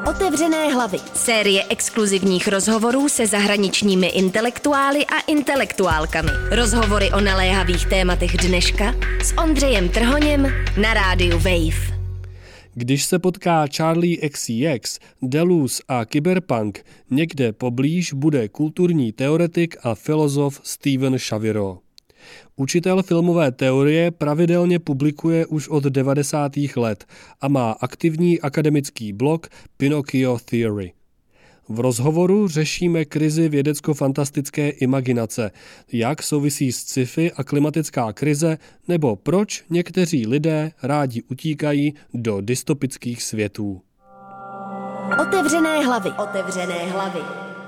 Otevřené hlavy. Série exkluzivních rozhovorů se zahraničními intelektuály a intelektuálkami. Rozhovory o naléhavých tématech dneška s Ondřejem Trhoněm na rádiu Wave. Když se potká Charlie XCX, Deleuze a Cyberpunk, někde poblíž bude kulturní teoretik a filozof Stephen Shaviro. Učitel filmové teorie pravidelně publikuje už od 90. let a má aktivní akademický blog Pinocchio Theory. V rozhovoru řešíme krizi vědecko-fantastické imaginace, jak souvisí s sci-fi a klimatická krize, nebo proč někteří lidé rádi utíkají do dystopických světů. Otevřené hlavy. Otevřené hlavy.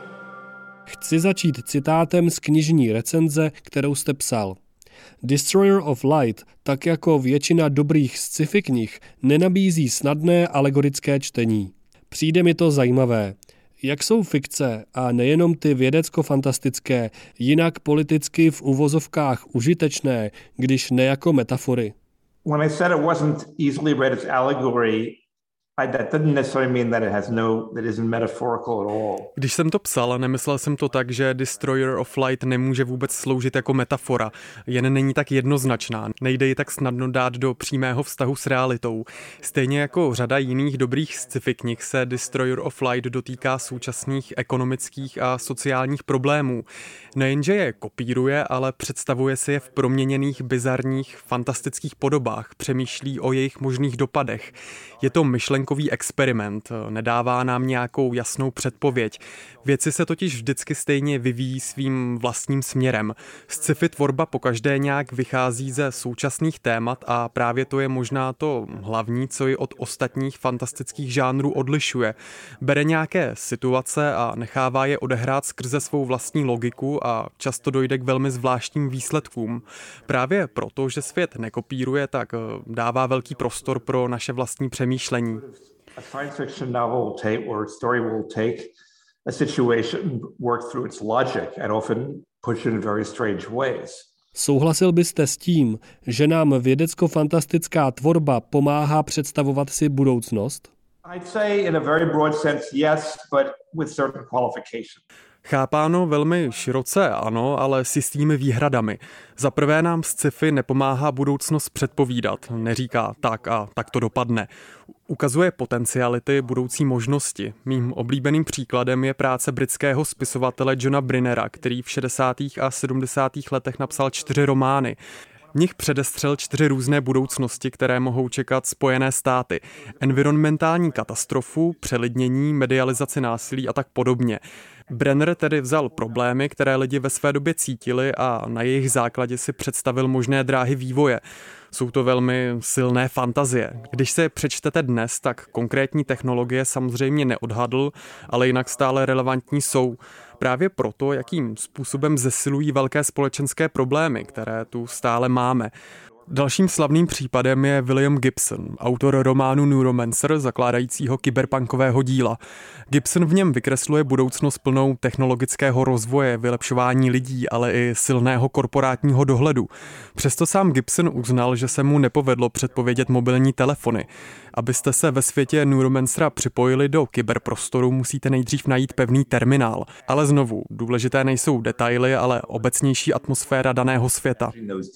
Chci začít citátem z knižní recenze, kterou jste psal. Destroyer of Light, tak jako většina dobrých sci-fi knih, nenabízí snadné alegorické čtení. Přijde mi to zajímavé. Jak jsou fikce, a nejenom ty vědecko-fantastické, jinak politicky v uvozovkách užitečné, když ne jako metafory? When I said it wasn't easily read as allegory, that didn't necessarily mean that isn't metaphorical at all. Když jsem to psal, nemyslel jsem to tak, že Destroyer of Light nemůže vůbec sloužit jako metafora, jen není tak jednoznačná, nejde ji tak snadno dát do přímého vztahu s realitou. Stejně jako řada jiných dobrých sci-fi knih se Destroyer of Light dotýká současných ekonomických a sociálních problémů. Nejenže je kopíruje, ale představuje si je v proměněných, bizarních, fantastických podobách, přemýšlí o jejich možných dopadech. Je to myšlenkový experiment, nedává nám nějakou jasnou předpověď. Věci se totiž vždycky stejně vyvíjí svým vlastním směrem. Sci-fi tvorba pokaždé nějak vychází ze současných témat a právě to je možná to hlavní, co ji od ostatních fantastických žánrů odlišuje. Bere nějaké situace a nechává je odehrát skrze svou vlastní logiku a často dojde k velmi zvláštním výsledkům. Právě proto, že svět nekopíruje, tak dává velký prostor pro naše vlastní přemýšlení. A science fiction novel or story will take a situation, work through its logic and often push it in very strange ways. Souhlasil byste s tím, že nám vědecko-fantastická tvorba pomáhá představovat si budoucnost? I'd say in a very broad sense yes, but with certain qualifications. Chápáno velmi široce, ano, ale s jistými výhradami. Za prvé nám sci-fi nepomáhá budoucnost předpovídat, neříká tak a tak to dopadne. Ukazuje potenciality, budoucí možnosti. Mým oblíbeným příkladem je práce britského spisovatele Johna Brynnera, který v 60. a 70. letech napsal 4 romány. V nich předestřel 4 různé budoucnosti, které mohou čekat Spojené státy. Environmentální katastrofu, přelidnění, medializaci násilí a tak podobně. Brenner tedy vzal problémy, které lidi ve své době cítili a na jejich základě si představil možné dráhy vývoje. Jsou to velmi silné fantazie. Když se je přečtete dnes, tak konkrétní technologie samozřejmě neodhadl, ale jinak stále relevantní jsou. Právě proto, jakým způsobem zesilují velké společenské problémy, které tu stále máme. Dalším slavným případem je William Gibson, autor románu Neuromancer, zakládajícího kyberpunkového díla. Gibson v něm vykresluje budoucnost plnou technologického rozvoje, vylepšování lidí, ale i silného korporátního dohledu. Přesto sám Gibson uznal, že se mu nepovedlo předpovědět mobilní telefony. Abyste se ve světě Neuromancera připojili do kyberprostoru, musíte nejdřív najít pevný terminál. Ale znovu, důležité nejsou detaily, ale obecnější atmosféra daného světa.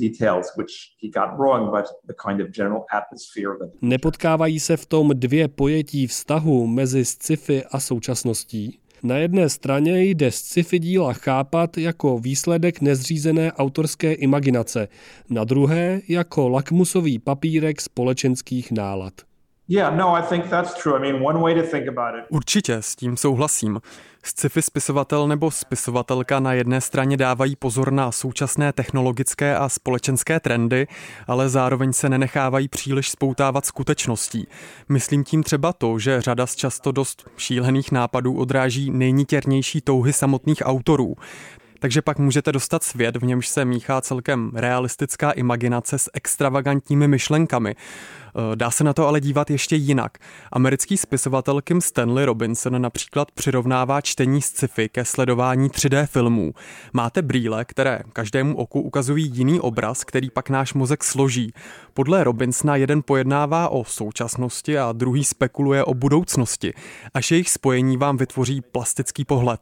Nepotkávají se v tom 2 pojetí vztahu mezi sci-fi a současností? Na jedné straně jde sci-fi díla chápat jako výsledek nezřízené autorské imaginace, na druhé jako lakmusový papírek společenských nálad. Určitě, s tím souhlasím. Sci-fi spisovatel nebo spisovatelka na jedné straně dávají pozor na současné technologické a společenské trendy, ale zároveň se nenechávají příliš spoutávat skutečností. Myslím tím třeba to, že řada z často dost šílených nápadů odráží nejnitěrnější touhy samotných autorů. Takže pak můžete dostat svět, v němž se míchá celkem realistická imaginace s extravagantními myšlenkami. Dá se na to ale dívat ještě jinak. Americký spisovatel Kim Stanley Robinson například přirovnává čtení sci-fi ke sledování 3D filmů. Máte brýle, které každému oku ukazují jiný obraz, který pak náš mozek složí. Podle Robinsona jeden pojednává o současnosti a druhý spekuluje o budoucnosti, až jejich spojení vám vytvoří plastický pohled.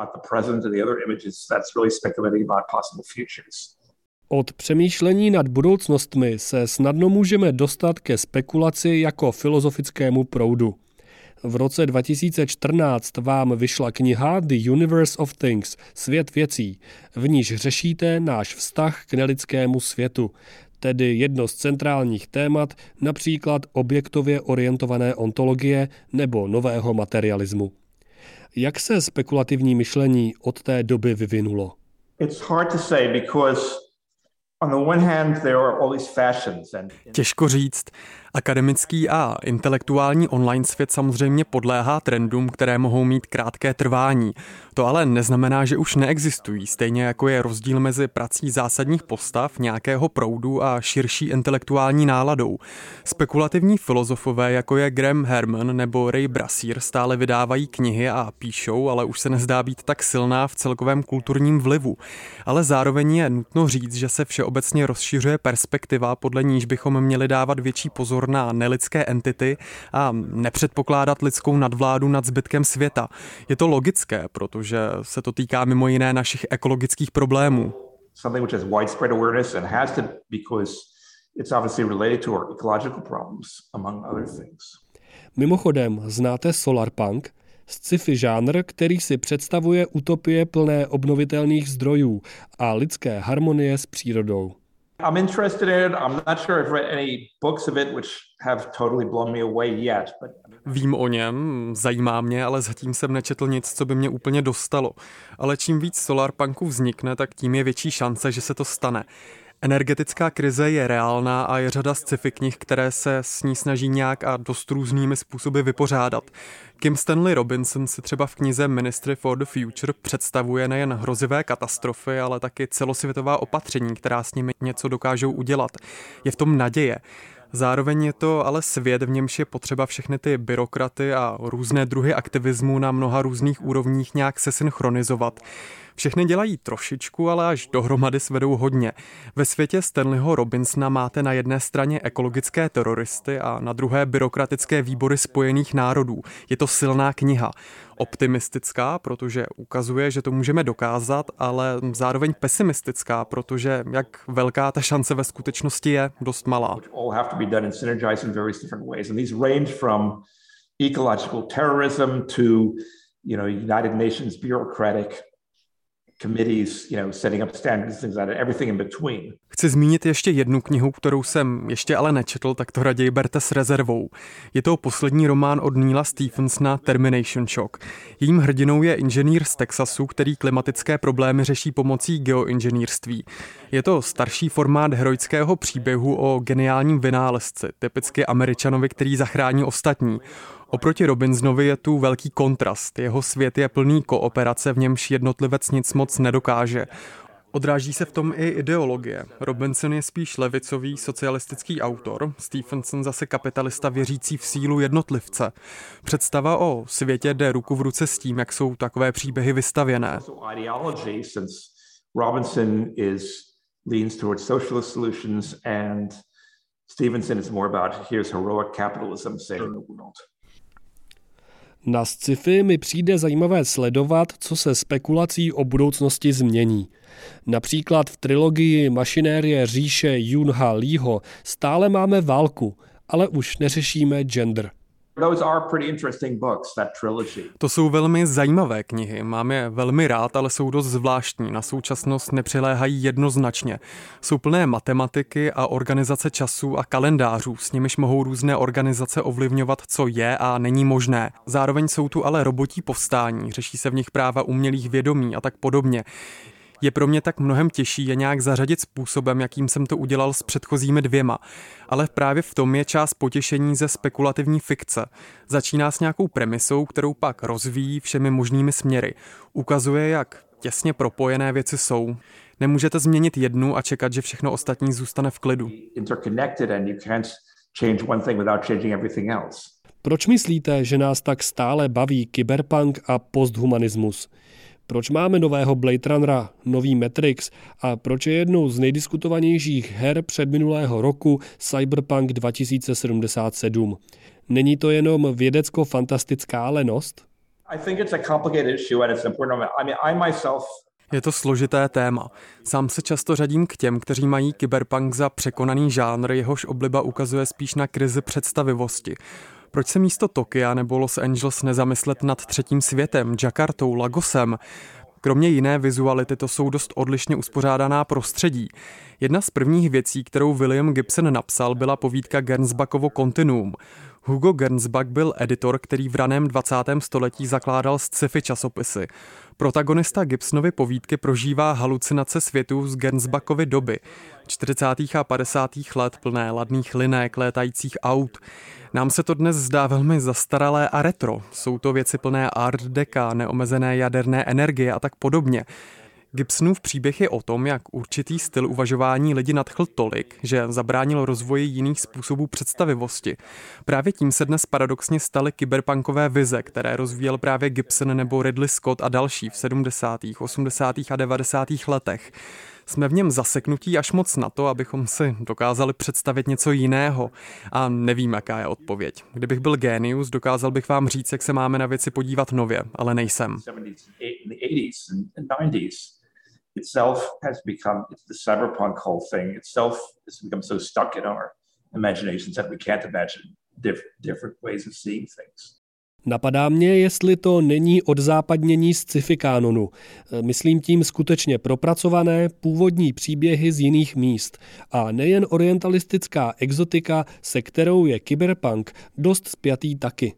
Od přemýšlení nad budoucnostmi se snadno můžeme dostat ke spekulaci jako filozofickému proudu. V roce 2014 vám vyšla kniha The Universe of Things, Svět věcí, v níž řešíte náš vztah k nelidskému světu, tedy jedno z centrálních témat, například objektově orientované ontologie nebo nového materialismu. Jak se spekulativní myšlení od té doby vyvinulo? Těžko říct. Akademický a intelektuální online svět samozřejmě podléhá trendům, které mohou mít krátké trvání. To ale neznamená, že už neexistují, stejně jako je rozdíl mezi prací zásadních postav, nějakého proudu a širší intelektuální náladou. Spekulativní filozofové, jako je Graham Herman nebo Ray Brassier, stále vydávají knihy a píšou, ale už se nezdá být tak silná v celkovém kulturním vlivu. Ale zároveň je nutno říct, že se všeobecně rozšiřuje perspektiva, podle níž bychom měli dávat větší pozor na nelidské entity a nepředpokládat lidskou nadvládu nad zbytkem světa. Je to logické, protože se to týká mimo jiné našich ekologických problémů. Mimochodem, znáte solarpunk? Sci-fi žánr, který si představuje utopie plné obnovitelných zdrojů a lidské harmonie s přírodou. I'm interested in it. I'm not sure I've read any books of it which have totally blown me away yet. Vím o něm, zajímá mě, ale zatím jsem nečetl nic, co by mě úplně dostalo. Ale čím víc solarpunku vznikne, tak tím je větší šance, že se to stane. Energetická krize je reálná a je řada sci-fi knih, které se s ní snaží nějak a dost různými způsoby vypořádat. Kim Stanley Robinson si třeba v knize Ministry for the Future představuje nejen hrozivé katastrofy, ale taky celosvětová opatření, která s nimi něco dokážou udělat. Je v tom naděje. Zároveň je to ale svět, v němž je potřeba všechny ty byrokraty a různé druhy aktivismu na mnoha různých úrovních nějak sesynchronizovat. Všechny dělají trošičku, ale až dohromady svedou hodně. Ve světě Stanleyho Robinsona máte na jedné straně ekologické teroristy a na druhé byrokratické výbory Spojených národů. Je to silná kniha. Optimistická, protože ukazuje, že to můžeme dokázat, ale zároveň pesimistická, protože jak velká ta šance ve skutečnosti je, dost malá. Ecological terrorism to, United Nations bureaucratic committees, setting up standards, things like that, everything in between. Chci zmínit ještě jednu knihu, kterou jsem ještě ale nečetl, tak to raději berte s rezervou. Je to poslední román od Neila Stephensona Termination Shock. Jejím hrdinou je inženýr z Texasu, který klimatické problémy řeší pomocí geoinženýrství. Je to starší formát heroického příběhu o geniálním vynálezci, typicky Američanovi, který zachrání ostatní. Oproti Robinsonovi je tu velký kontrast. Jeho svět je plný kooperace, v němž jednotlivec nic moc nedokáže. Odráží se v tom i ideologie. Robinson je spíš levicový socialistický autor, Stephenson zase kapitalista věřící v sílu jednotlivce. Představa o světě jde ruku v ruce s tím, jak jsou takové příběhy vystavěné. Robinson leans towards socialist solutions and Stevenson is more about here's heroic capitalism saving the world. Na sci-fi mi přijde zajímavé sledovat, co se spekulací o budoucnosti změní. Například v trilogii Mašinérie říše Yoon-ha Leeho stále máme válku, ale už neřešíme gender. To jsou velmi zajímavé knihy, mám je velmi rád, ale jsou dost zvláštní, na současnost nepřiléhají jednoznačně. Jsou plné matematiky a organizace času a kalendářů, s nimiž mohou různé organizace ovlivňovat, co je a není možné. Zároveň jsou tu ale robotí povstání, řeší se v nich práva umělých vědomí a tak podobně. Je pro mě tak mnohem těžší je nějak zařadit způsobem, jakým jsem to udělal s předchozími dvěma. Ale právě v tom je část potěšení ze spekulativní fikce. Začíná s nějakou premisou, kterou pak rozvíjí všemi možnými směry. Ukazuje, jak těsně propojené věci jsou. Nemůžete změnit jednu a čekat, že všechno ostatní zůstane v klidu. change one thing without changing everything else. Proč myslíte, že nás tak stále baví kyberpunk a posthumanismus? Proč máme nového Blade Runnera, nový Matrix a proč je jednou z nejdiskutovanějších her předminulého roku Cyberpunk 2077? Není to jenom vědecko-fantastická lenost? I think it's a complicated issue and it's important. I myself Je to složité téma. Sám se často řadím k těm, kteří mají kyberpunk za překonaný žánr, jehož obliba ukazuje spíš na krizi představivosti. Proč se místo Tokia nebo Los Angeles nezamyslet nad třetím světem, Jakartou, Lagosem? Kromě jiné vizuality to jsou dost odlišně uspořádaná prostředí. Jedna z prvních věcí, kterou William Gibson napsal, byla povídka Gernsbackovo Kontinuum. Hugo Gernsback byl editor, který v raném 20. století zakládal sci-fi časopisy. Protagonista Gibsonovy povídky prožívá halucinace světů z Gernsbackovy doby, 40. a 50. let plné ladných linek, létajících aut. Nám se to dnes zdá velmi zastaralé a retro. Jsou to věci plné art deca, neomezené jaderné energie a tak podobně. Gibsonův příběh je o tom, jak určitý styl uvažování lidi nadchl tolik, že zabránil rozvoji jiných způsobů představivosti. Právě tím se dnes paradoxně staly kyberpunkové vize, které rozvíjel právě Gibson nebo Ridley Scott a další v 70., 80. a 90. letech. Jsme v něm zaseknutí až moc na to, abychom si dokázali představit něco jiného. A nevím, jaká je odpověď. Kdybych byl génius, dokázal bych vám říct, jak se máme na věci podívat nově, ale nejsem. Itself has become, the cyberpunk whole thing itself has become so stuck in our imaginations that we can't imagine different ways of seeing things. Napadá mě, jestli to není odzápadnění sci-fi kánonu. Myslím tím skutečně propracované původní příběhy z jiných míst a nejen orientalistická exotika, se kterou je kyberpunk dost spjatý taky.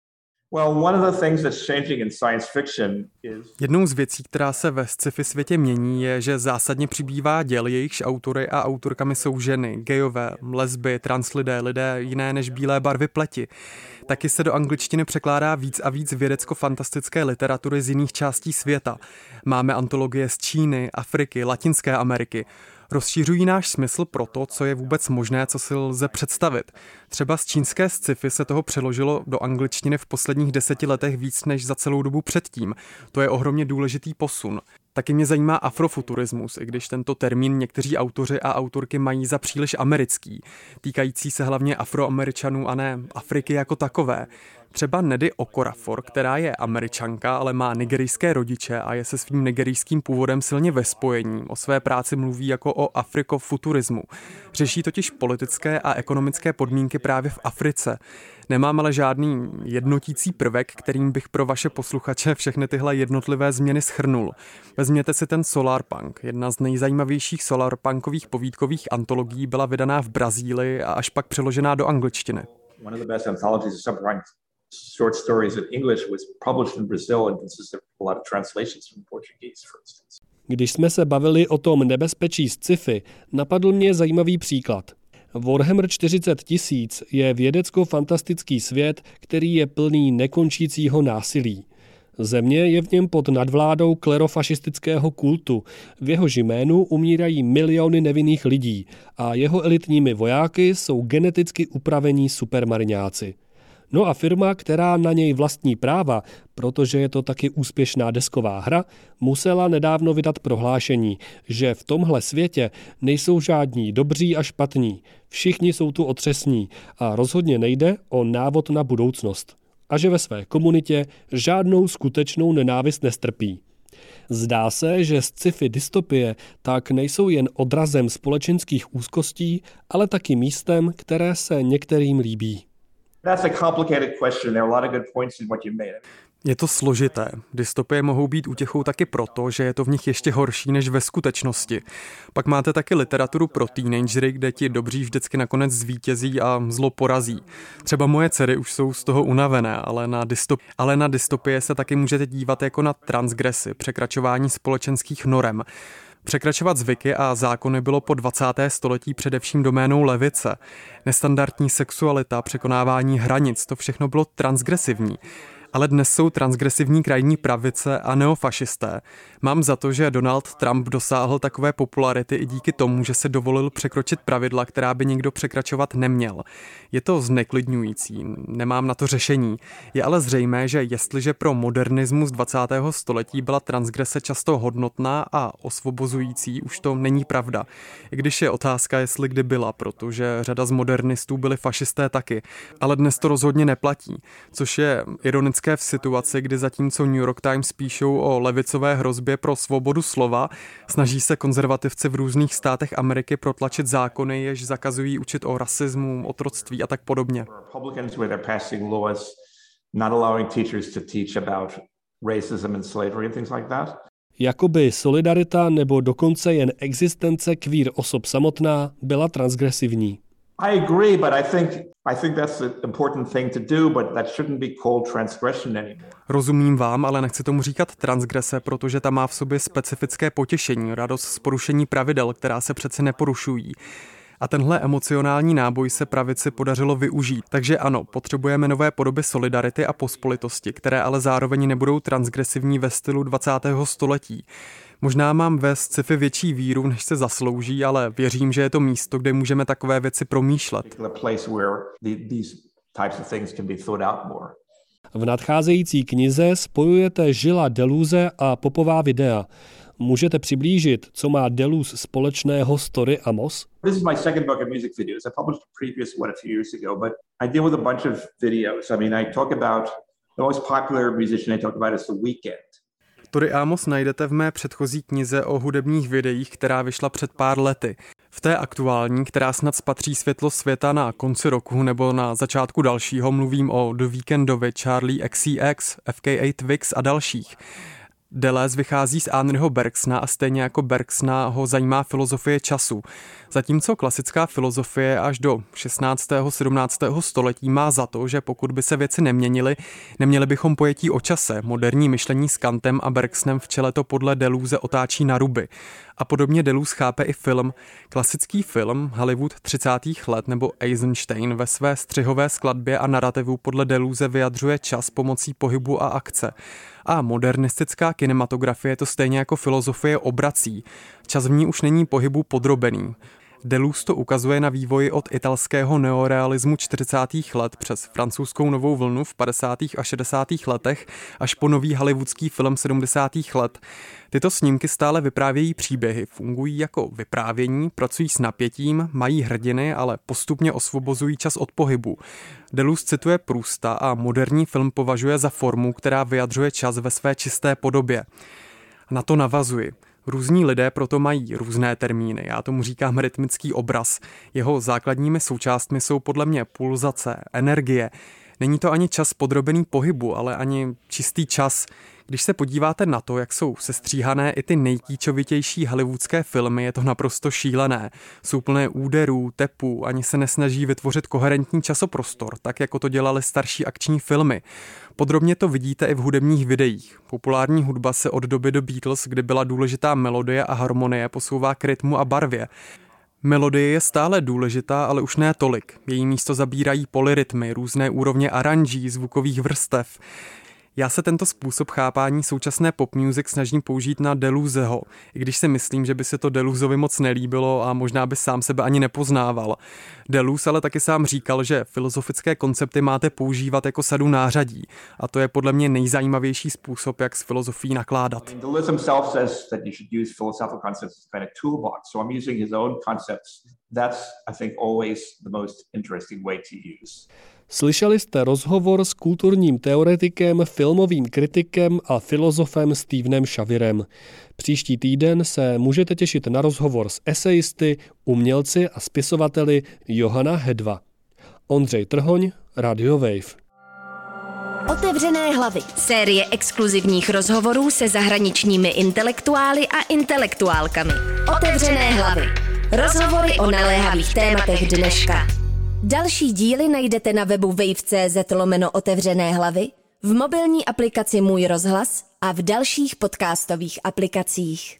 Jednou z věcí, která se ve sci-fi světě mění, je, že zásadně přibývá děl, jejichž autory a autorkami jsou ženy, gejové, lesby, translidé, lidé jiné než bílé barvy pleti. Taky se do angličtiny překládá víc a víc vědecko-fantastické literatury z jiných částí světa. Máme antologie z Číny, Afriky, Latinské Ameriky. Rozšířují náš smysl pro to, co je vůbec možné, co si lze představit. Třeba z čínské sci-fi se toho přeložilo do angličtiny v posledních 10 letech víc než za celou dobu předtím. To je ohromně důležitý posun. Taky mě zajímá afrofuturismus, i když tento termín někteří autoři a autorky mají za příliš americký, týkající se hlavně Afroameričanů a ne Afriky jako takové. Třeba Nnedi Okorafor, která je Američanka, ale má nigerijské rodiče a je se svým nigerijským původem silně ve spojení. O své práci mluví jako o afrikofuturismu. Řeší totiž politické a ekonomické podmínky právě v Africe. Nemám ale žádný jednotící prvek, kterým bych pro vaše posluchače všechny tyhle jednotlivé změny shrnul. Vezměte si ten Solarpunk. Jedna z nejzajímavějších solarpunkových povídkových antologií byla vydaná v Brazílii a až pak přeložená do angličtiny. One of the best anthologies of cyberpunk short stories in English was published in Brazil and consists of a lot of translations from Portuguese, for instance. Když jsme se bavili o tom nebezpečí sci-fi, napadl mě zajímavý příklad. Warhammer 40 000 je vědecko-fantastický svět, který je plný nekončícího násilí. Země je v něm pod nadvládou klerofašistického kultu, v jehož jménu umírají miliony nevinných lidí a jeho elitními vojáky jsou geneticky upravení supermariňáci. No a firma, která na něj vlastní práva, protože je to taky úspěšná desková hra, musela nedávno vydat prohlášení, že v tomhle světě nejsou žádní dobří a špatní, všichni jsou tu otřesní a rozhodně nejde o návod na budoucnost. A že ve své komunitě žádnou skutečnou nenávist nestrpí. Zdá se, že sci-fi dystopie tak nejsou jen odrazem společenských úzkostí, ale taky místem, které se některým líbí. Je to složité. Dystopie mohou být útěchou taky proto, že je to v nich ještě horší než ve skutečnosti. Pak máte taky literaturu pro teenagery, kde ti dobří vždycky nakonec zvítězí a zlo porazí. Třeba moje dcery už jsou z toho unavené, ale na dystopie se taky můžete dívat jako na transgresi, překračování společenských norem. Překračovat zvyky a zákony bylo po 20. století především doménou levice. Nestandardní sexualita, překonávání hranic, to všechno bylo transgresivní. Ale dnes jsou transgresivní krajní pravice a neofašisté. Mám za to, že Donald Trump dosáhl takové popularity i díky tomu, že se dovolil překročit pravidla, která by nikdo překračovat neměl. Je to zneklidňující, nemám na to řešení. Je ale zřejmé, že jestliže pro modernismus 20. století byla transgrese často hodnotná a osvobozující, už to není pravda. I když je otázka, jestli kdy byla, protože řada z modernistů byli fašisté taky, ale dnes to rozhodně neplatí, což je ironické v situaci, kdy zatímco New York Times píšou o levicové hrozbě pro svobodu slova, snaží se konzervativci v různých státech Ameriky protlačit zákony, jež zakazují učit o rasismu, otroctví a tak podobně. Jakoby solidarita nebo dokonce jen existence queer osob samotná byla transgresivní. I agree, but I think that's an important thing to do, but that shouldn't be called transgression anymore. Rozumím vám, ale nechci tomu říkat transgrese, protože ta má v sobě specifické potěšení, radost z porušení pravidel, která se přece neporušují. A tenhle emocionální náboj se pravici podařilo využít. Takže ano, potřebujeme nové podoby solidarity a pospolitosti, které ale zároveň nebudou transgresivní ve stylu 20. století. Možná mám ve sci-fi větší víru, než se zaslouží, ale věřím, že je to místo, kde můžeme takové věci promýšlet. V nadcházející knize spojujete Gillesa Deleuze a popová videa. Můžete přiblížit, co má Deleuze společného s Tori Amos? This is my second book of music videos. I published a previous one a few years ago, but I deal with a bunch of videos. I mean, I talk about the most popular musician I talk about is The Weeknd. Tori Amos najdete v mé předchozí knize o hudebních videích, která vyšla před pár lety. V té aktuální, která snad spatří světlo světa na konci roku nebo na začátku dalšího, mluvím o The Weekndovi, Charlie XCX, FKA Twigs a dalších. Deleuze vychází z Henryho Bergsona a stejně jako Bergsona ho zajímá filozofie času. Zatímco klasická filozofie až do 16. 17. století má za to, že pokud by se věci neměnily, neměli bychom pojetí o čase. Moderní myšlení s Kantem a Bergsonem v čele to podle Deleuze otáčí na ruby. A podobně Deleuze chápe i film. Klasický film Hollywood 30. let nebo Eisenstein ve své střihové skladbě a narrativu podle Deleuze vyjadřuje čas pomocí pohybu a akce. A modernistická kinematografie to stejně jako filozofie obrací. Čas v ní už není pohybu podrobený. Deleuze to ukazuje na vývoji od italského neorealismu 40. let přes francouzskou novou vlnu v 50. a 60. letech až po nový hollywoodský film 70. let. Tyto snímky stále vyprávějí příběhy, fungují jako vyprávění, pracují s napětím, mají hrdiny, ale postupně osvobozují čas od pohybu. Deleuze cituje Prousta a moderní film považuje za formu, která vyjadřuje čas ve své čisté podobě. Na to navazuji. Různí lidé proto mají různé termíny, já tomu říkám rytmický obraz. Jeho základními součástmi jsou podle mě pulzace, energie. Není to ani čas podrobený pohybu, ale ani čistý čas. Když se podíváte na to, jak jsou sestříhané i ty nejkýčovitější hollywoodské filmy, je to naprosto šílené. Jsou plné úderů, tepů, ani se nesnaží vytvořit koherentní časoprostor, tak jako to dělaly starší akční filmy. Podrobně to vidíte i v hudebních videích. Populární hudba se od doby do Beatles, kdy byla důležitá melodie a harmonie, posouvá k rytmu a barvě. Melodie je stále důležitá, ale už ne tolik. Její místo zabírají polyrytmy, různé úrovně aranží, zvukových vrstev. Já se tento způsob chápání současné pop music snažím použít na Deleuzeho, i když si myslím, že by se to Deleuzovi moc nelíbilo a možná by sám sebe ani nepoznával. Deleuze ale taky sám říkal, že filozofické koncepty máte používat jako sadu nářadí a to je podle mě nejzajímavější způsob, jak s filozofií nakládat. Deleuze himself says that you should use philosophical concepts as kind of toolbox, so I'm using his own concepts. That's, I think, always the most interesting way to use. Slyšeli jste rozhovor s kulturním teoretikem, filmovým kritikem a filozofem Stevenem Shavirem. Příští týden se můžete těšit na rozhovor s esejisty, umělci a spisovateli Johana Hedva. Ondřej Trhoň, Radio Wave. Otevřené hlavy. Série exkluzivních rozhovorů se zahraničními intelektuály a intelektuálkami. Otevřené hlavy. Rozhovory o naléhavých tématech dneška. Další díly najdete na webu wave.cz/otevřené hlavy, v mobilní aplikaci Můj rozhlas a v dalších podcastových aplikacích.